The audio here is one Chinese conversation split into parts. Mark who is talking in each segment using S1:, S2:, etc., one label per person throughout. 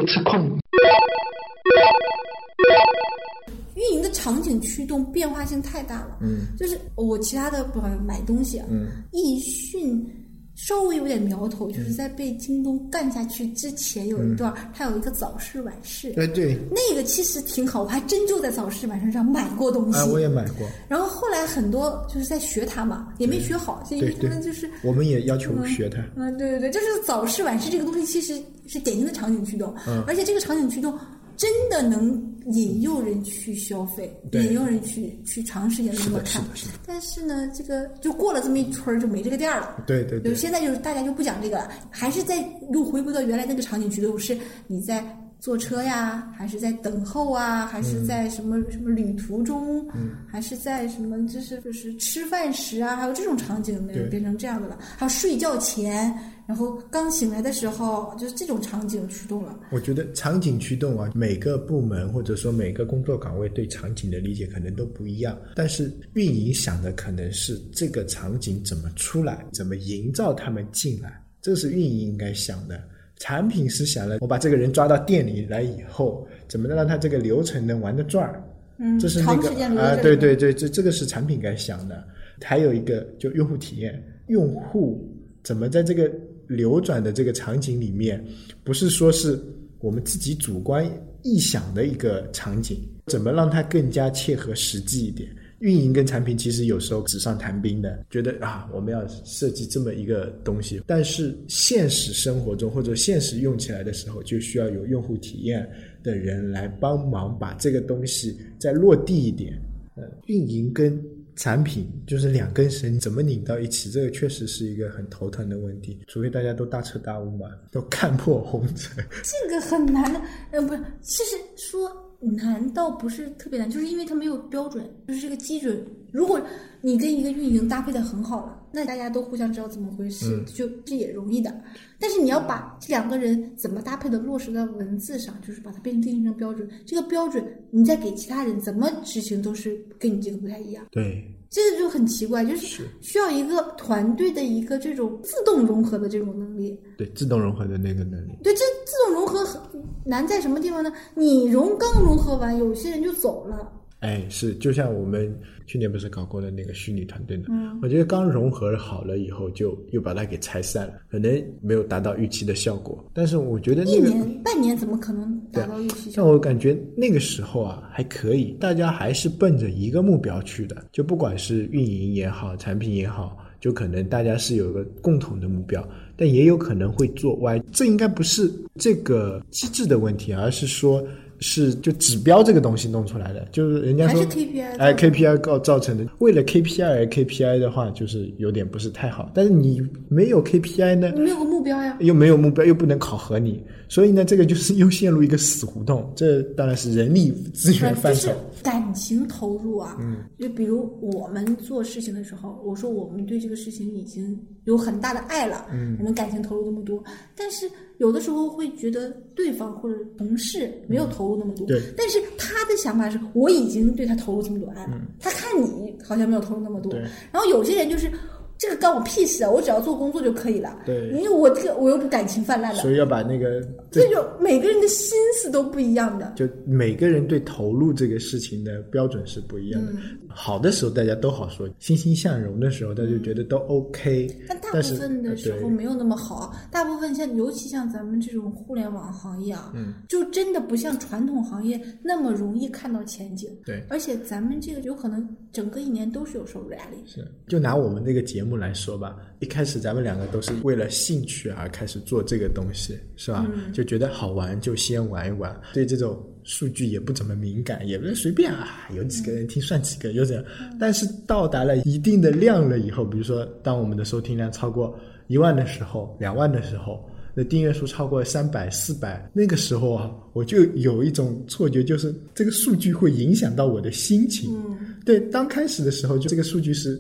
S1: 吃控。
S2: 运营的场景驱动变化性太大了，就是我其他的不好买东西，易迅稍微有点苗头，就是在被京东干下去之前有一段，它有一个早市晚市，
S1: 对，
S2: 那个其实挺好，我还真就在早市晚市上买过东西，
S1: 我也买过。
S2: 然后后来很多就是在学它嘛，也没学好，所以可能就是
S1: 我们也要求学它。
S2: 对，就是早市晚市这个东西其实是典型的场景驱动，而且这个场景驱动真的能引诱人去消费，引诱人去长时间的这么看。但是呢，这个就过了这么一村就没这个店了。
S1: 对，
S2: 就现在就是大家就不讲这个了，还是在又回归到原来那个场景驱动，是你在坐车呀，还是在等候啊，还是在什么旅途中，还是在什么就是吃饭时啊，还有这种场景呢，变成这样的了。还有睡觉前，然后刚醒来的时候，就是这种场景驱动了。
S1: 我觉得场景驱动啊，每个部门或者说每个工作岗位对场景的理解可能都不一样，但是运营想的可能是这个场景怎么出来，怎么营造他们进来，这是运营应该想的。产品是想了，我把这个人抓到店里来以后，怎么让他这个流程能玩得转，这是那个
S2: 长时间留着
S1: 对，这个是产品该想的。还有一个就用户体验，用户怎么在这个流转的这个场景里面，不是说是我们自己主观臆想的一个场景，怎么让它更加切合实际一点。运营跟产品其实有时候纸上谈兵的，觉得我们要设计这么一个东西，但是现实生活中或者现实用起来的时候，就需要有用户体验的人来帮忙把这个东西再落地一点。运营跟产品就是两根绳怎么拧到一起，这个确实是一个很头疼的问题，除非大家都大彻大悟嘛，都看破红尘。
S2: 这个很难的，不是，其实说难倒不是特别难，就是因为它没有标准，就是这个基准。如果你跟一个运营搭配的很好了，那大家都互相知道怎么回事，就这也容易的。但是你要把这两个人怎么搭配的落实到文字上，就是把它定义成标准。这个标准你再给其他人怎么执行都是跟你这个不太一样。
S1: 对，
S2: 这个就很奇怪，就是需要一个团队的一个这种自动融合的这种能力。
S1: 对，自动融合的那个能力。
S2: 对，这自动融合难在什么地方呢？你刚融合完，有些人就走了。
S1: 是，就像我们去年不是搞过的那个虚拟团队呢，我觉得刚融合好了以后，就又把它给拆散了，可能没有达到预期的效果。但是我觉得那个
S2: 1年半年怎么可能达到预期效果？
S1: 但我感觉那个时候还可以，大家还是奔着一个目标去的，就不管是运营也好，产品也好，就可能大家是有个共同的目标，但也有可能会做歪。这应该不是这个机制的问题，而是说是就指标这个东西弄出来的，就是人家说
S2: 还是 KPI
S1: KPI 造成的。为了 KPI 而 KPI 的话，就是有点不是太好。但是你没有 KPI 呢，
S2: 你没有个目标呀，
S1: 又没有目标，又不能考核你，所以呢，这个就是又陷入一个死胡同。这当然是人力资源范畴。
S2: 就是感情投入啊，就比如我们做事情的时候，我说我们对这个事情已经有很大的爱了，我们感情投入那么多，但是有的时候会觉得对方或者同事没有投入那么多，但是他的想法是我已经对他投入这么多爱了，他看你好像没有投入那么多，然后有些人就是这个干我屁事啊，我只要做工作就可以了。
S1: 对，
S2: 因为我又不感情泛滥的，
S1: 所以要把那个
S2: 这就每个人的心思都不一样的，
S1: 就每个人对投入这个事情的标准是不一样的。好的时候大家都好说，欣欣向荣的时候大家就觉得都 OK，
S2: 但大部分的时候没有那么好。大部分尤其像咱们这种互联网行业啊，就真的不像传统行业那么容易看到前景。
S1: 对，
S2: 而且咱们这个有可能整个一年都是有收入压力。
S1: 是，就拿我们这个节目来说吧，一开始咱们两个都是为了兴趣而开始做这个东西，是吧？就觉得好玩就先玩一玩，对这种数据也不怎么敏感，也不是随便有几个人听算几个，有这样。但是到达了一定的量了以后，比如说当我们的收听量超过1万的时候，2万的时候，那订阅数超过300、400，那个时候我就有一种错觉，就是这个数据会影响到我的心情。对，刚开始的时候，就这个数据是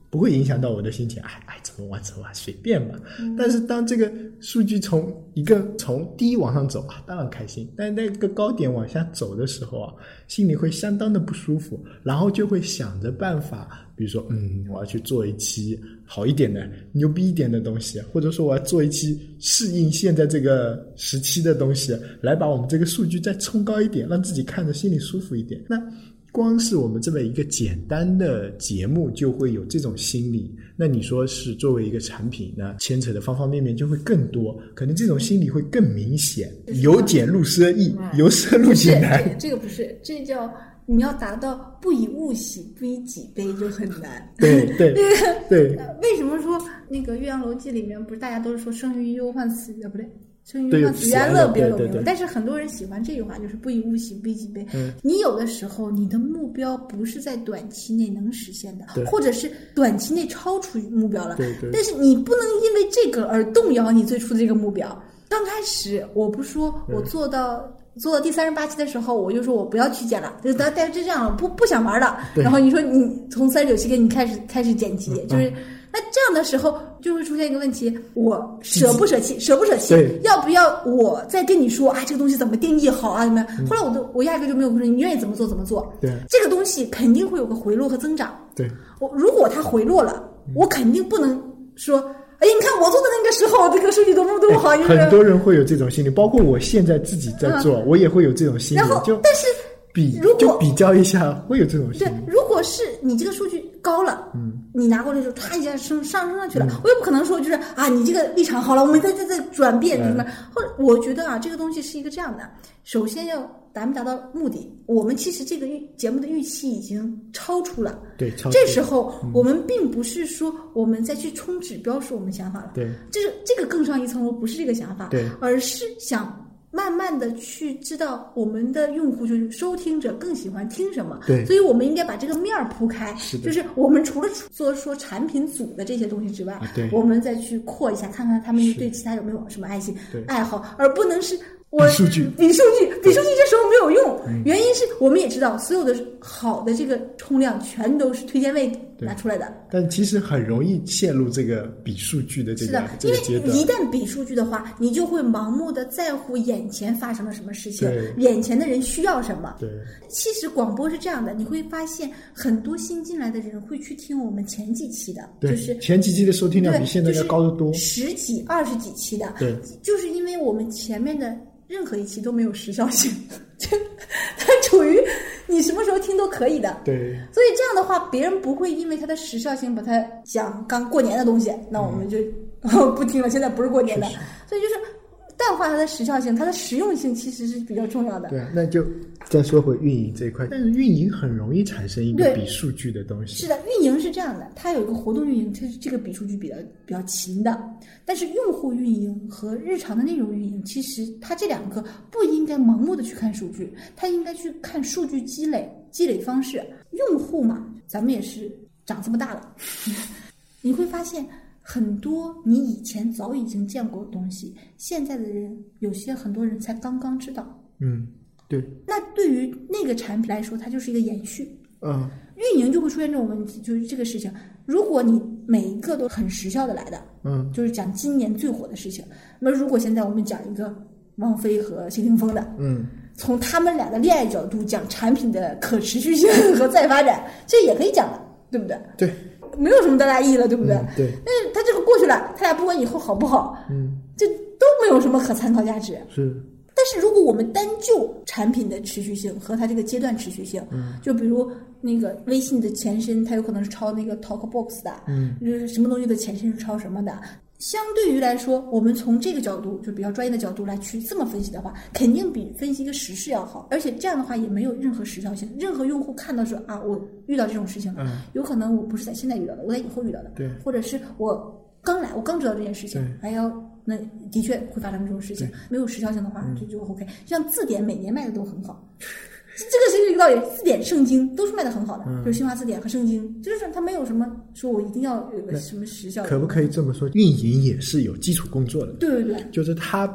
S1: 不会影响到我的心情，怎么玩随便吧。但是当这个数据从低往上走当然开心，但那个高点往下走的时候心里会相当的不舒服，然后就会想着办法，比如说我要去做一期好一点的牛逼一点的东西，或者说我要做一期适应现在这个时期的东西，来把我们这个数据再冲高一点，让自己看着心里舒服一点。那光是我们这么一个简单的节目就会有这种心理，那你说是作为一个产品呢，牵扯的方方面面就会更多，可能这种心理会更明显。由俭入奢易，由奢入俭难。
S2: 这个不是，这叫你要达到不以物喜，不以己悲就很难。
S1: 对。
S2: 为什么说那个《岳阳楼记》里面不是大家都是说生于忧患死于不对？生于忧患死于安乐比较有名，但是很多人喜欢这句话，就是不以物喜，不以己悲。你有的时候你的目标不是在短期内能实现的，或者是短期内超出目标了，但是你不能因为这个而动摇你最初的这个目标。刚开始我不说我做到第38期的时候，我就说我不要去剪了，就这样不想玩了。然后你说你从39期给你开始剪辑，就是那这样的时候就会出现一个问题，我舍不舍弃，要不要我再跟你说这个东西怎么定义好怎么样？后来我压根就没有说你愿意怎么做怎么做。对，这个东西肯定会有个回落和增长。对，如果它回落了，我肯定不能说你看我做的那个时候这个数据多么好。
S1: 很多人会有这种心理，包括我现在自己在做，我也会有这种心理。
S2: 然后但是
S1: 比较一下会有这种心理。
S2: 对，如果是你这个数据高了，你拿过来的时候唰一下上去了，我也不可能说就是你这个立场好了，我们再转变什么。或者我觉得这个东西是一个这样的，首先要达没达到目的，我们其实这个节目的预期已经超出了。对，这时候我们并不是说我们再去冲指标是我们想法了，对，这个更上一层楼，不是这个想法，对，而是想慢慢的去知道我们的用户就是收听者更喜欢听什么，对，所以我们应该把这个面铺开，就是我们除了说产品组的这些东西之外，对，我们再去扩一下，看看他们对其他有没有什么爱好，而不能是比数据这时候没有用，原因是我们也知道所有的好的这个冲量全都是推荐位拿出来的，但
S1: 其实很容易陷入这个比数据的这个阶段。
S2: 因为一旦比数据的话，你就会盲目的在乎眼前发生了什么事情，眼前的人需要什么。对，其实广播是这样的，你会发现很多新进来的人会去听我们前几期的，就是前几期的收听量比现在要高得多，10几20几期的，对，就是因为我们前面的任何一期都没有时效性，它处于你什么时候听都可以的。对，所以这样的话，别人不会因为它的时效性把它讲刚过年的东西，那我们就不听了。现在不是过年的，所以就是淡化它的时效性，它的实用性其实是比较重要的。对，那就再说回运营这一块，但是运营很容易产生一个比数据的东西。是的，运营是这样的，它有一个活动运营，它是这个比数据比较勤的。但是用户运营和日常的内容运营，其实它这两个不应该盲目的去看数据，它应该去看数据积累方式。用户嘛，咱们也是长这么大了，你会发现很多你以前早已经见过的东西，现在的人很多人才刚刚知道。对。那对于那个产品来说，它就是一个延续。运营就会出现这种问题，就是这个事情，如果你每一个都很时效的来的，就是讲今年最火的事情。那如果现在我们讲一个王菲和谢霆锋的，从他们俩的恋爱角度讲产品的可持续性和再发展，这也可以讲的，对不对？对，没有什么太大意义了，对不对？对。但是他这个过去了，他俩不管以后好不好，这都没有什么可参考价值。是。但是如果我们单就产品的持续性和它这个阶段持续性，就比如那个微信的前身，它有可能是抄那个 TalkBox 的，就是什么东西的前身是抄什么的。相对于来说，我们从这个角度，就比较专业的角度来去这么分析的话，肯定比分析一个时事要好，而且这样的话也没有任何时效性。任何用户看到说我遇到这种事情了，有可能我不是在现在遇到的，我在以后遇到的，对，或者是我刚知道这件事情，那的确会发生这种事情，没有时效性的话，就 OK。像字典每年卖的都很好，这个是一个道理。字典、圣经都是卖的很好的，就是新华字典和圣经，就是它没有什么说我一定要有个什么时效。可不可以这么说？运营也是有基础工作的，对，就是它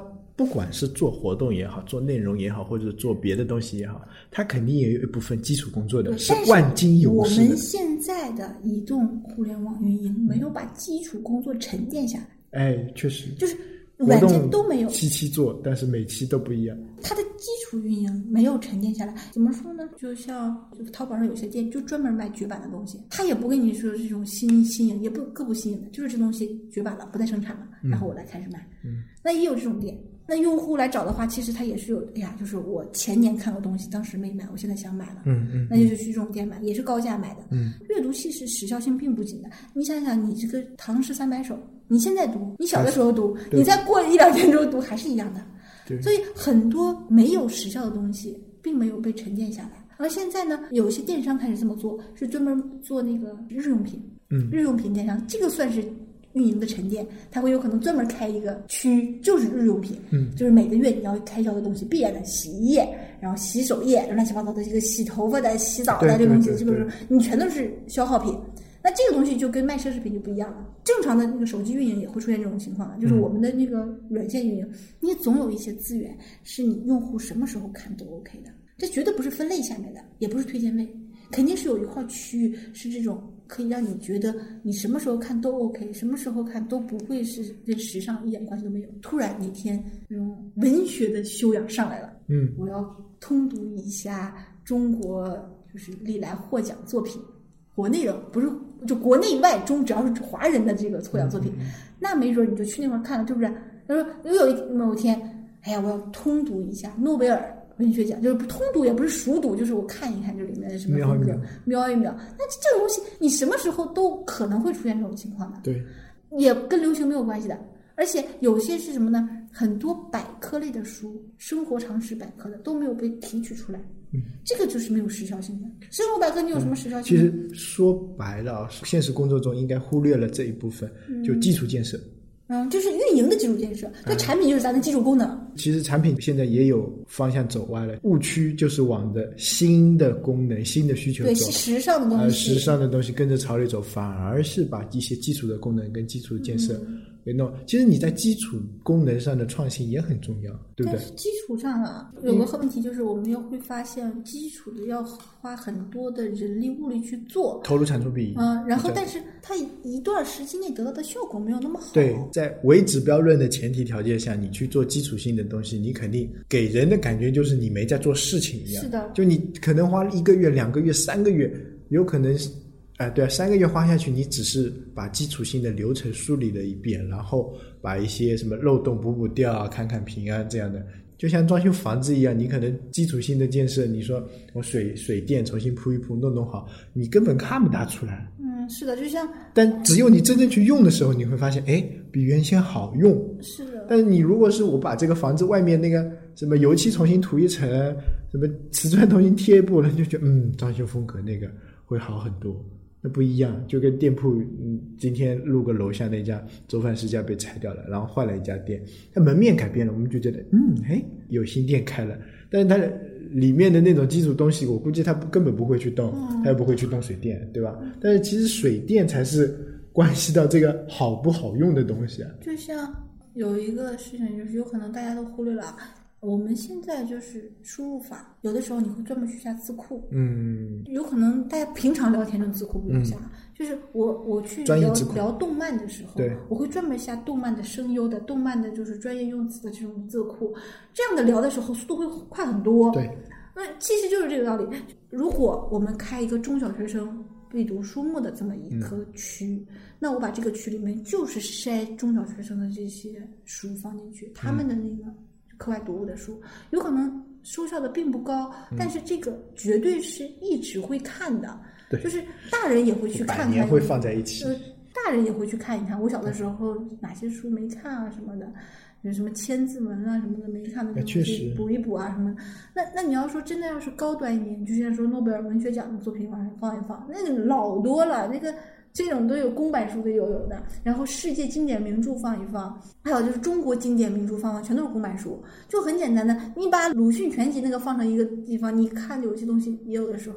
S1: 不管是做活动也好，做内容也好，或者做别的东西也好，它肯定也有一部分基础工作的，是万金油式的。
S2: 我们现在的移动互联网运营没有把基础工作沉淀下来。
S1: 哎，确实，
S2: 就是软件都没有，
S1: 期期做，但是每期都不一样。
S2: 它的基础运营没有沉淀下来，怎么说呢？就像淘宝上有些店就专门卖绝版的东西，他也不跟你说这种新颖，也各不新颖的，就是这东西绝版了，不再生产了，然后我来开始卖。那也有这种店。那用户来找的话，其实他也是有，哎呀，就是我前年看过东西，当时没买，我现在想买了，那就是去这种店买，也是高价买的。阅读器是时效性并不紧的，你想想，你这个唐诗300首，你现在读，你小的时候读，你再过1-2天之后读还是一样的。所以很多没有时效的东西并没有被沉淀下来。而现在呢，有一些电商开始这么做，是专门做那个日用品，日用品电商，这个算是运营的沉淀，它会有可能专门开一个区，就是日用品，就是每个月你要开销的东西，必然的洗衣液，然后洗手液，乱七八糟的这个洗头发的、洗澡的这个东西，这个你全都是消耗品。那这个东西就跟卖奢侈品就不一样了。正常的那个手机运营也会出现这种情况，就是我们的那个软件运营，你总有一些资源是你用户什么时候看都 OK 的，这绝对不是分类下面的，也不是推荐位，肯定是有一块区域是这种可以让你觉得你什么时候看都 OK， 什么时候看都不会是跟时尚一点关系都没有。突然那天那种文学的修养上来了，我要通读一下中国就是历来获奖作品，国内的不是就国内外中只要是华人的这个获奖作品，那没准你就去那块看了，对不对？他说有某天，哎呀，我要通读一下诺贝尔文学奖，就是不通读也不是熟读，就是我看一看这里面的什么风格，瞄一瞄。那这种东西你什么时候都可能会出现这种情况的，
S1: 对，
S2: 也跟流行没有关系的。而且有些是什么呢？很多百科类的书，生活常识百科的都没有被提取出来，这个就是没有时效性的。生活百科你有什么时效性？
S1: 其实说白了，现实工作中应该忽略了这一部分，就基础建设。
S2: 就是运营的基础建设，这产品就是咱的基础功能。
S1: 其实产品现在也有方向走歪了，误区就是往的新的功能、新的需求走，
S2: 对，时尚的东西，
S1: 时尚的东西跟着潮流走，反而是把一些基础的功能跟基础的建设给弄。其实你在基础功能上的创新也很重要，对不对？
S2: 但是基础上啊，有个问题就是我们会发现，基础的要花很多的人力物力去做，
S1: 投入产出比，
S2: 然后但是它一段时间内得到的效果没有那么好。
S1: 对，在唯指标论的前提条件下，你去做基础性的东西，你肯定给人的感觉就是你没在做事情一样。
S2: 是的，
S1: 就你可能花1个月、2个月、3个月，有可能对，3个月花下去，你只是把基础性的流程梳理了一遍，然后把一些什么漏洞补掉、看看平安这样的，就像装修房子一样，你可能基础性的建设，你说我水电重新铺一铺、弄好，你根本看不大出来。
S2: 是的，就像，但
S1: 只有你真正去用的时候，你会发现，哎，比原先好用。
S2: 是的。
S1: 但是你如果是我把这个房子外面那个什么油漆重新涂一层，什么瓷砖重新贴一步，你就觉得装修风格那个会好很多。那不一样，就跟店铺，今天路过楼下那家粥饭世家被拆掉了，然后换了一家店，它门面改变了，我们就觉得，有新店开了，但是它里面的那种基础东西，我估计它根本不会去动，它也不会去动水电，对吧？但是其实水电才是关系到这个好不好用的东西啊。
S2: 就像有一个事情，就是有可能大家都忽略了。我们现在就是输入法，有的时候你会专门去下字库，有可能大家平常聊天的字库不用下，就是我去聊动漫的时候，
S1: 对，
S2: 我会专门下动漫的声优的、动漫的就是专业用词的这种字库，这样的聊的时候速度会快很多。
S1: 对，
S2: 那其实就是这个道理。如果我们开一个中小学生必读书目的这么一个区，那我把这个区里面就是筛中小学生的这些书放进去，他们的那个课外读物的书，有可能收效的并不高，但是这个绝对是一直会看的，就是大人也会去看看，
S1: 百年会放在一起，
S2: 大人也会去看一看。我小的时候哪些书没看啊什么的，有什么千字文啊什么的没看的，
S1: 确实
S2: 补一补啊什么。那你要说真的要是高端一点，就像说诺贝尔文学奖的作品往上放一放，那个老多了，那个这种都有公版书的有的，然后世界经典名著放一放，还有就是中国经典名著放放，全都是公版书，就很简单的，你把鲁迅全集那个放上一个地方，你看有些东西也有的时候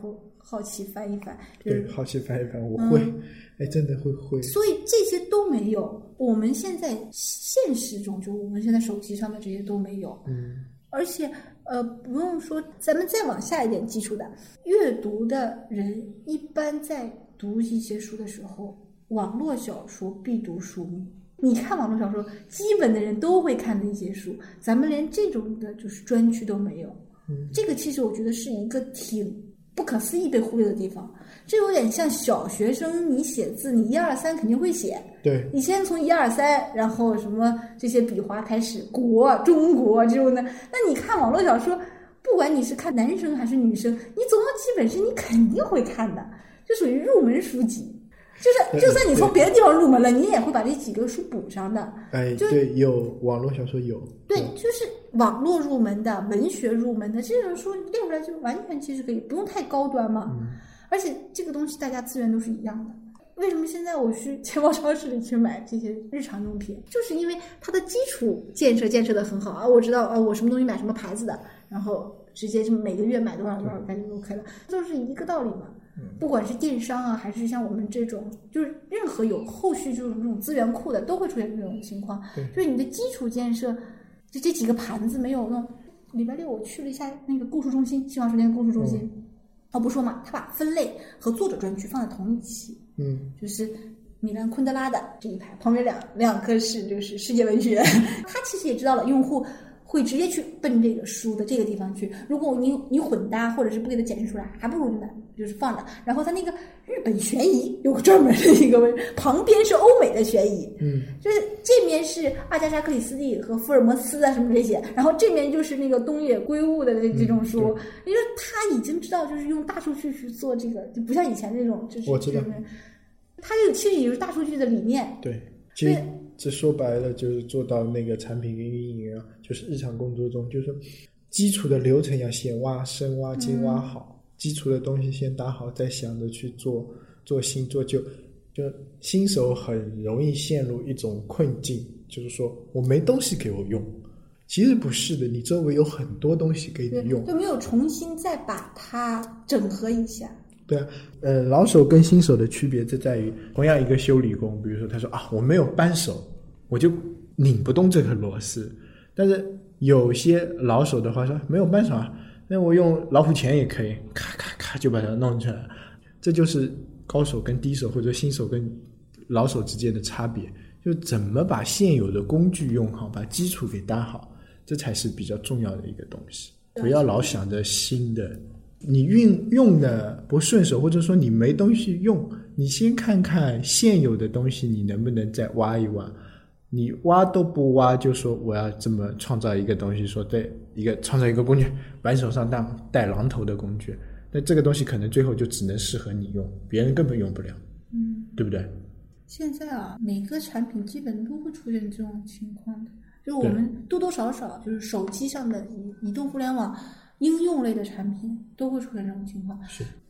S2: 好奇翻一翻。
S1: 对，好奇翻一翻，我会，真的会。
S2: 所以这些都没有，我们现在现实中就我们现在手机上的这些都没有。而且不用说，咱们再往下一点基础的，阅读的人一般在读一些书的时候，网络小说必读书目。你看网络小说，基本的人都会看的一些书，咱们连这种的就是专区都没有。这个其实我觉得是一个挺不可思议被忽略的地方。这有点像小学生，你写字，你1、2、3肯定会写。
S1: 对，
S2: 你先从1、2、3，然后什么这些笔画开始，国、中国这种的。那你看网络小说，不管你是看男生还是女生，你总有几本是你肯定会看的，就属于入门书籍。就算你从别的地方入门了，你也会把这几个书补上的。
S1: 对，有网络小说有。
S2: 对，就是网络入门的、文学入门的这种书列出来，就完全其实可以，不用太高端嘛。而且这个东西大家资源都是一样的。为什么现在我去钱包超市里去买这些日常用品，就是因为它的基础建设的很好啊。我知道我什么东西买什么牌子的，然后直接就每个月买多少感觉 OK 了，都是一个道理嘛。不管是电商啊，还是像我们这种，就是任何有后续这种资源库的，都会出现这种情况。就是你的基础建设，就这几个盘子没有弄。礼拜六我去了一下那个购书中心，新华书店购书中心。不说嘛，他把分类和作者专区放在同一期。就是米兰昆德拉的这一排，旁边两个是就是世界文学。他其实也知道了用户会直接去奔这个书的这个地方去。如果你混搭或者是不给它解释出来，还不如就是放着。然后它那个日本悬疑有个专门的一个旁边是欧美的悬疑，就是这面是阿加莎克里斯蒂和福尔摩斯啊什么这些，然后这面就是那个东野圭吾的这种书。因为他已经知道，就是用大数据去做这个，就不像以前那种，就是
S1: 我知道，
S2: 他这个其实也是大数据的理念。
S1: 对，其实这说白了就是做到那个产品运营啊，就是日常工作中，就是基础的流程要先挖深挖精挖好，基础的东西先打好，再想着去做新做旧。就新手很容易陷入一种困境，就是说我没东西给我用。其实不是的，你周围有很多东西给你用，
S2: 就没有重新再把它整合一下。
S1: 对啊，老手跟新手的区别就在于，同样一个修理工，比如说他说我没有扳手，我就拧不动这个螺丝。但是有些老手的话说没有扳手啊，那我用老虎钳也可以，咔咔咔就把它弄出来。这就是高手跟低手或者新手跟老手之间的差别，就怎么把现有的工具用好，把基础给搭好，这才是比较重要的一个东西。不要老想着新的，你用的不顺手，或者说你没东西用，你先看看现有的东西你能不能再挖一挖。你挖都不挖，就说我要这么创造一个东西，说对，创造一个工具，扳手上带榔头的工具，那这个东西可能最后就只能适合你用，别人根本用不了，对不对？
S2: 现在每个产品基本都会出现这种情况的，就是我们多多少少就是手机上的移动互联网应用类的产品都会出现这种情况。